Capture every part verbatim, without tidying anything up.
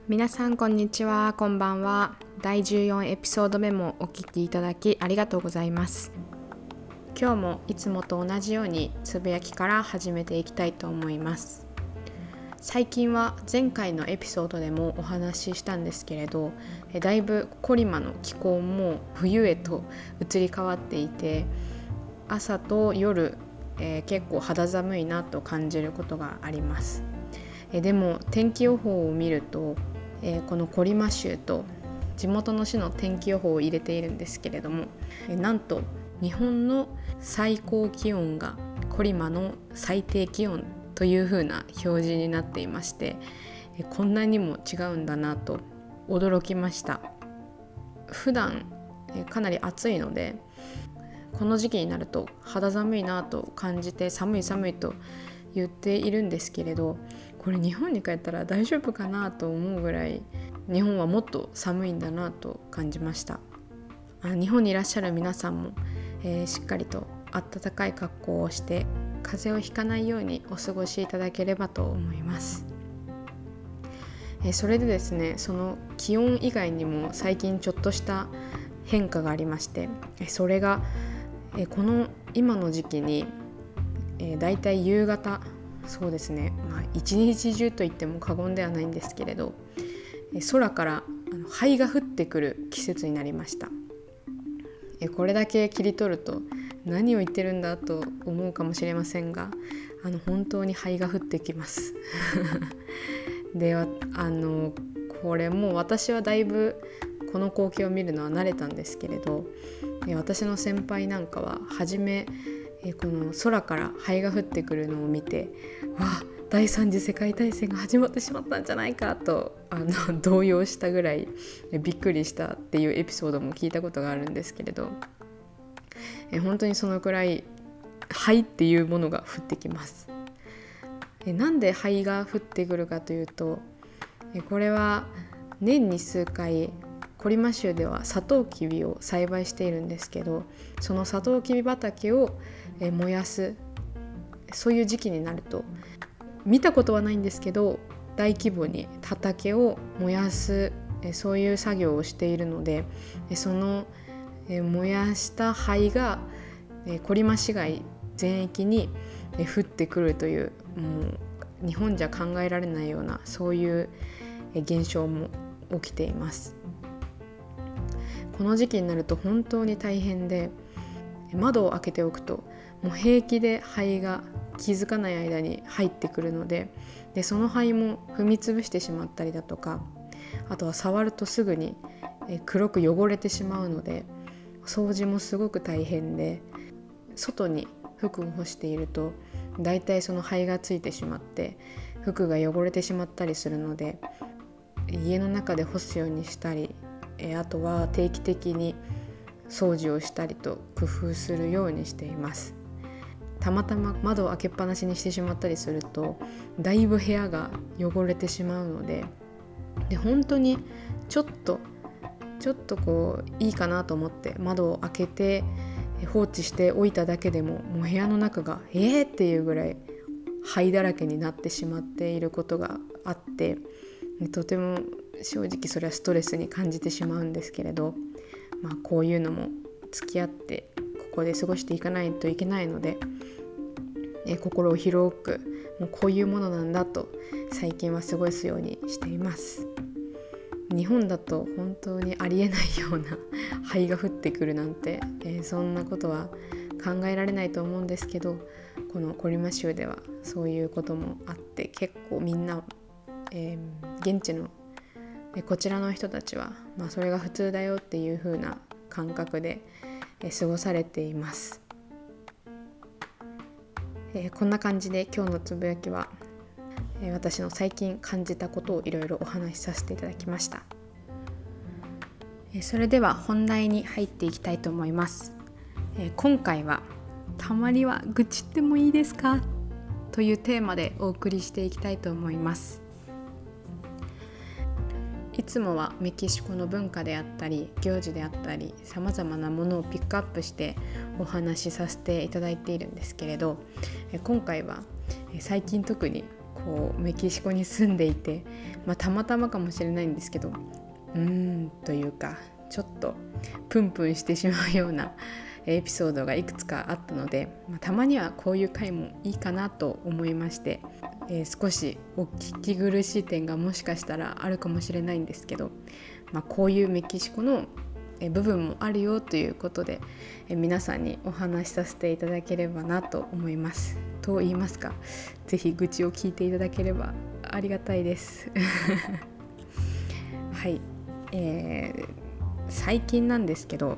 皆さんこんにちは、こんばんは。だいじゅうよんエピソード目もお聞きいただきありがとうございます。今日もいつもと同じようにつぶやきから始めていきたいと思います。最近は前回のエピソードでもお話ししたんですけれど、だいぶコリマの気候も冬へと移り変わっていて、朝と夜、えー、結構肌寒いなと感じることがあります。えー、でも天気予報を見ると、えー、このコリマ州と地元の市の天気予報を入れているんですけれども、えー、なんと日本の最高気温がコリマの最低気温という風な表示になっていまして、えー、こんなにも違うんだなと驚きました。普段、えー、かなり暑いのでこの時期になると肌寒いなと感じて寒い寒いと言っているんですけれど、これ日本に帰ったら大丈夫かなと思うぐらい日本はもっと寒いんだなと感じました。あ日本にいらっしゃる皆さんも、えー、しっかりと暖かい格好をして風邪をひかないようにお過ごしいただければと思います。えー、それでですね、その気温以外にも最近ちょっとした変化がありまして、それがえー、この今の時期に、えー、だいたい夕方、そうですね、まあ、一日中と言っても過言ではないんですけれど、えー、空からあの灰が降ってくる季節になりました。えー、これだけ切り取ると何を言ってるんだと思うかもしれませんが、あの本当に灰が降ってきますであのこれもう私はだいぶこの光景を見るのは慣れたんですけれど、私の先輩なんかは初めこの空から灰が降ってくるのを見て、わあ第三次世界大戦が始まってしまったんじゃないかとあの動揺したぐらいびっくりしたっていうエピソードも聞いたことがあるんですけれど、本当にそのくらい灰っていうものが降ってきます。なんで灰が降ってくるかというと、これは年に数回コリマ州ではサトウキビを栽培しているんですけど、そのサトウキビ畑を燃やす、そういう時期になると、見たことはないんですけど大規模に畑を燃やす、そういう作業をしているので、その燃やした灰がコリマ市街全域に降ってくるという、もう日本じゃ考えられないようなそういう現象も起きています。この時期になると本当に大変で、窓を開けておくともう平気で灰が気づかない間に入ってくるので、でその灰も踏みつぶしてしまったりだとか、あとは触るとすぐに黒く汚れてしまうので掃除もすごく大変で、外に服を干しているとだいたいその灰がついてしまって服が汚れてしまったりするので、家の中で干すようにしたり、あとは定期的に掃除をしたりと工夫するようにしています。たまたま窓を開けっぱなしにしてしまったりするとだいぶ部屋が汚れてしまうので、で本当にちょっとちょっとこういいかなと思って窓を開けて放置しておいただけでも、もう部屋の中がえーっていうぐらい灰だらけになってしまっていることがあって、とても正直それはストレスに感じてしまうんですけれど、まあ、こういうのも付き合ってここで過ごしていかないといけないので、え心を広くもうこういうものなんだと最近は過ごすようにしています。日本だと本当にありえないような灰が降ってくるなんて、えー、そんなことは考えられないと思うんですけど、このコリマ州ではそういうこともあって、結構みんな、えー、現地のこちらの人たちは、まあ、それが普通だよっていう風な感覚で過ごされています。えー、こんな感じで今日のつぶやきは、えー、私の最近感じたことをいろいろお話しさせていただきました。えー、それでは本題に入っていきたいと思います。えー、今回はたまには愚痴ってもいいですかというテーマでお送りしていきたいと思います。いつもはメキシコの文化であったり行事であったりさまざまなものをピックアップしてお話しさせていただいているんですけれど、今回は最近特にこうメキシコに住んでいて、まあ、たまたまかもしれないんですけど、うーんというかちょっとプンプンしてしまうようなエピソードがいくつかあったので、まあ、たまにはこういう回もいいかなと思いまして、えー、少しお聞き苦しい点がもしかしたらあるかもしれないんですけど、まあ、こういうメキシコの部分もあるよということで、え皆さんにお話しさせていただければなと思います。と言いますか、ぜひ愚痴を聞いていただければありがたいですはい、えー、最近なんですけど、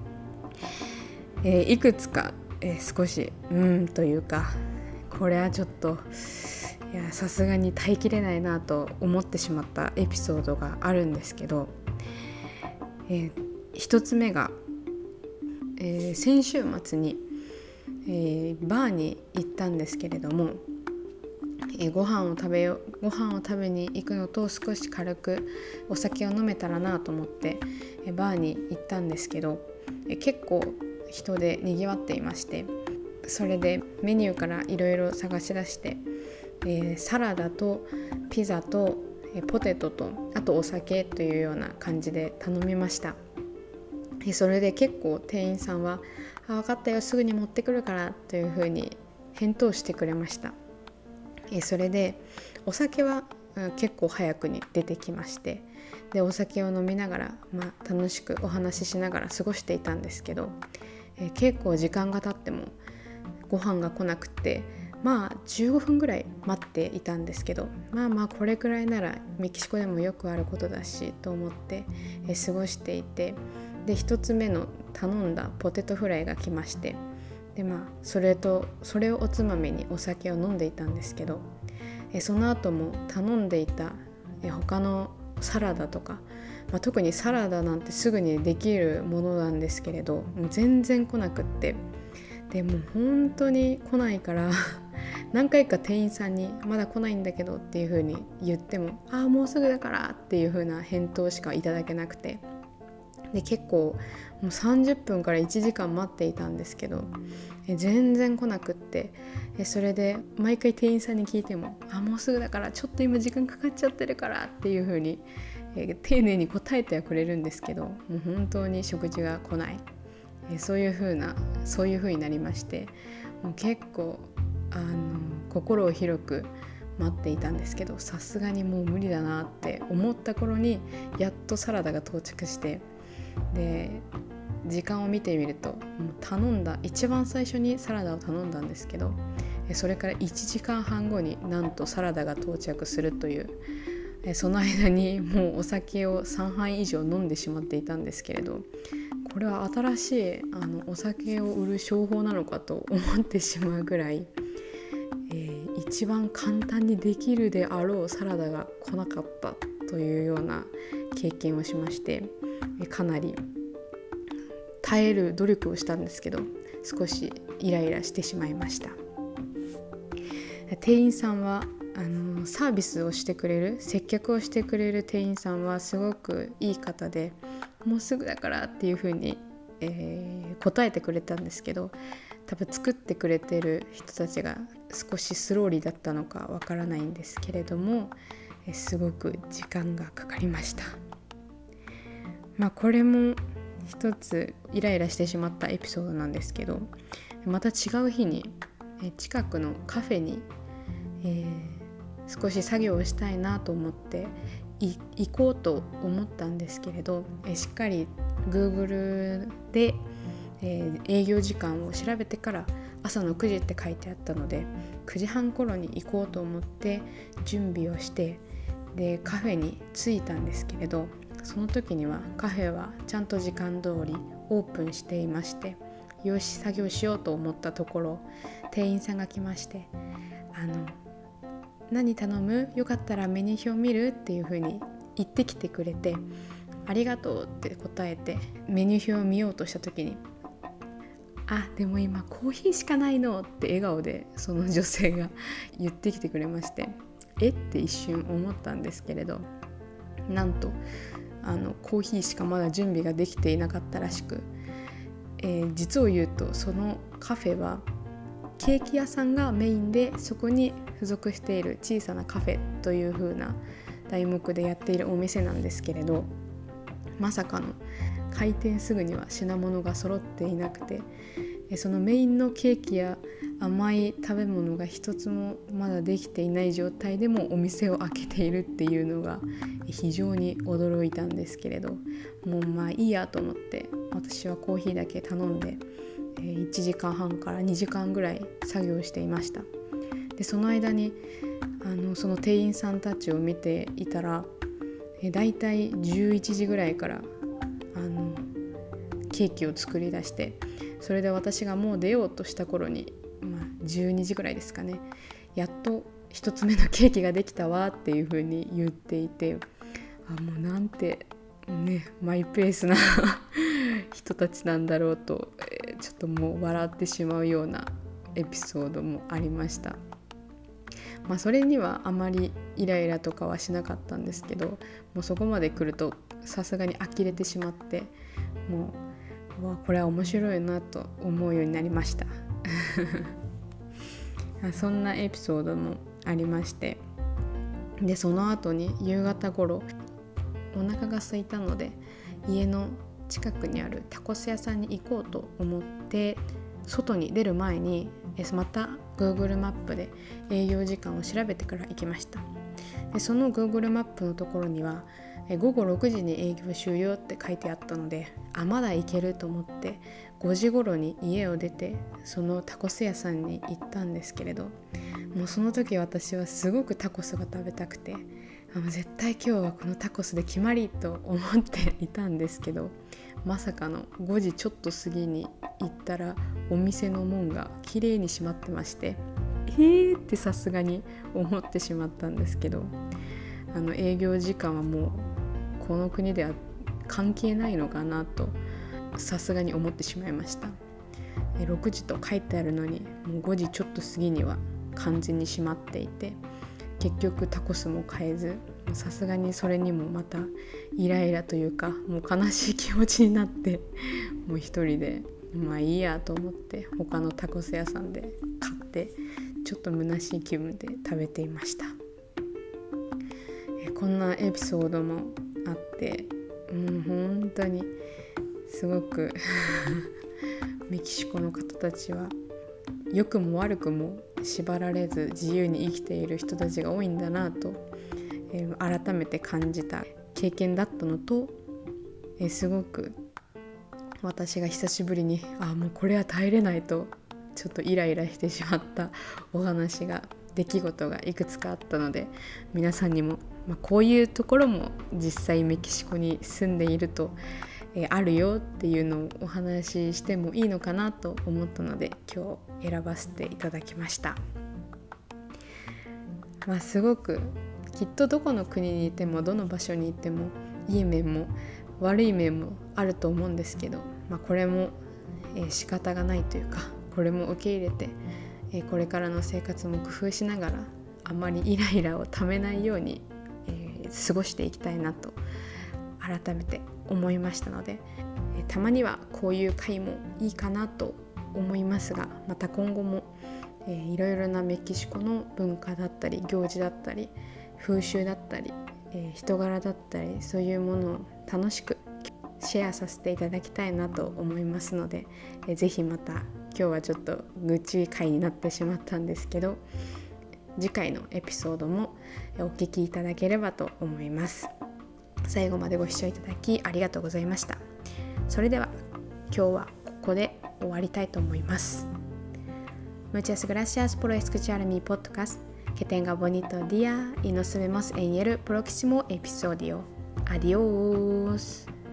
えー、いくつか、えー、少しうーんというか、これはちょっといやさすがに耐えきれないなと思ってしまったエピソードがあるんですけど、えー一つ目が、えー、先週末に、えー、バーに行ったんですけれども、えー、ご飯を食べよご飯を食べに行くのと少し軽くお酒を飲めたらなと思って、えー、バーに行ったんですけど、えー、結構人でにぎわっていまして、それでメニューからいろいろ探し出して、えー、サラダとピザと、えー、ポテトとあとお酒というような感じで頼みました。それで結構店員さんはあ分かったよすぐに持ってくるからというふうに返答してくれました。それでお酒は結構早くに出てきまして、でお酒を飲みながら、まあ、楽しくお話ししながら過ごしていたんですけど、え結構時間が経ってもご飯が来なくて、まあじゅうごふんぐらい待っていたんですけど、まあまあこれくらいならメキシコでもよくあることだしと思ってえ過ごしていて、でひとつめの頼んだポテトフライが来まして、でまあそれとそれをおつまみにお酒を飲んでいたんですけど、えその後も頼んでいたえ他のサラダとか、まあ、特にサラダなんてすぐにできるものなんですけれど、もう全然来なくって、でもう本当に来ないから何回か店員さんにまだ来ないんだけどっていう風に言っても、ああもうすぐだからっていう風な返答しかいただけなくて、で結構もうさんじゅっぷんからいちじかん待っていたんですけど、え全然来なくって、えそれで毎回店員さんに聞いても、あもうすぐだからちょっと今時間かかっちゃってるからっていう風に、え丁寧に答えてはくれるんですけど、もう本当に食事が来ない、えそういう風なそういう風になりまして、もう結構あの心を広く待っていたんですけど、さすがにもう無理だなって思った頃にやっとサラダが到着して、で時間を見てみるともう頼んだ一番最初にサラダを頼んだんですけど、それからいちじかんはん後になんとサラダが到着するという、その間にもうお酒をさんはい以上飲んでしまっていたんですけれど、これは新しいあのお酒を売る商法なのかと思ってしまうぐらい、えー、一番簡単にできるであろうサラダが来なかったというような経験をしまして、かなり耐える努力をしたんですけど、少しイライラしてしまいました。店員さんはあのサービスをしてくれる接客をしてくれる店員さんはすごくいい方で、もうすぐだからっていう風に、えー、答えてくれたんですけど、多分作ってくれてる人たちが少しスローリーだったのかわからないんですけれども、えすごく時間がかかりました。まあこれも一つイライラしてしまったエピソードなんですけど、また違う日に近くのカフェに、えー、少し作業をしたいなと思って行こうと思ったんですけれど、えしっかり Google で、えー、営業時間を調べてから朝のくじって書いてあったので、くじはん頃に行こうと思って準備をして、でカフェに着いたんですけれど、その時にはカフェはちゃんと時間通りオープンしていまして、よし作業しようと思ったところ、店員さんが来まして、あの何頼む？よかったらメニュー表見る？っていう風に言ってきてくれて、ありがとうって答えてメニュー表を見ようとした時に、あでも今コーヒーしかないのって笑顔でその女性が言ってきてくれまして、えって一瞬思ったんですけれど、なんとあのコーヒーしかまだ準備ができていなかったらしく、えー、実を言うとそのカフェはケーキ屋さんがメインで、そこに付属している小さなカフェという風な題目でやっているお店なんですけれど、まさかの開店すぐには品物が揃っていなくて、そのメインのケーキや甘い食べ物が一つもまだできていない状態でもお店を開けているっていうのが非常に驚いたんですけれど、もうまあいいやと思って私はコーヒーだけ頼んでいちじかんはんからにじかんぐらい作業していました。でその間にあのその店員さんたちを見ていたら、だいたいじゅういちじぐらいからあのケーキを作り出して、それで私がもう出ようとした頃に、まあ、じゅうにじぐらいですかね、やっと一つ目のケーキができたわっていう風に言っていて、あもうなんてねマイペースな人たちなんだろうと、えー、ちょっともう笑ってしまうようなエピソードもありました。まあ、それにはあまりイライラとかはしなかったんですけど、もうそこまで来るとさすがに呆れてしまって、もうわこれは面白いなと思うようになりましたそんなエピソードもありまして、でその後に夕方頃お腹が空いたので、家の近くにあるタコス屋さんに行こうと思って外に出る前にまた Google マップで営業時間を調べてから行きました。でその Google マップのところにはごごろくじに営業終了って書いてあったので、あまだ行けると思ってごじ頃に家を出てそのタコス屋さんに行ったんですけれど、もうその時私はすごくタコスが食べたくて、あの絶対今日はこのタコスで決まりと思っていたんですけど、まさかのごじちょっと過ぎに行ったらお店の門がきれいに閉まってまして、えーってさすがに思ってしまったんですけど、あの営業時間はもうこの国では関係ないのかなとさすがに思ってしまいました。ろくじと書いてあるのにもうごじちょっと過ぎには完全に閉まっていて、結局タコスも買えず、さすがにそれにもまたイライラというかもう悲しい気持ちになって、もう一人でまあいいやと思って他のタコス屋さんで買ってちょっと虚しい気分で食べていました。えこんなエピソードもあって、もう本当にすごくメキシコの方たちは良くも悪くも縛られず自由に生きている人たちが多いんだなと、えー、改めて感じた経験だったのと、えー、すごく私が久しぶりにあもうこれは耐えれないとちょっとイライラしてしまったお話が出来事がいくつかあったので、皆さんにも、まあ、こういうところも実際メキシコに住んでいると、えー、あるよっていうのをお話ししてもいいのかなと思ったので今日選ばせていただきました。まあ、すごくきっとどこの国にいてもどの場所にいてもいい面も悪い面もあると思うんですけど、まあ、これも、えー、仕方がないというか、これも受け入れて、えー、これからの生活も工夫しながらあまりイライラをためないように、えー、過ごしていきたいなと改めて思いましたので、えー、たまにはこういう回もいいかなと思いますが、また今後も、えー、いろいろなメキシコの文化だったり行事だったり風習だったり、えー、人柄だったりそういうものを楽しくシェアさせていただきたいなと思いますので、えー、ぜひまた今日はちょっと愚痴会になってしまったんですけど、次回のエピソードもお聞きいただければと思います。最後までご視聴いただきありがとうございました。それでは今日はここで終わりたいと思います。Muchas gracias por escuchar mi podcast. Que tenga bonito día y nos vemos en el próximo episodio. Adiós.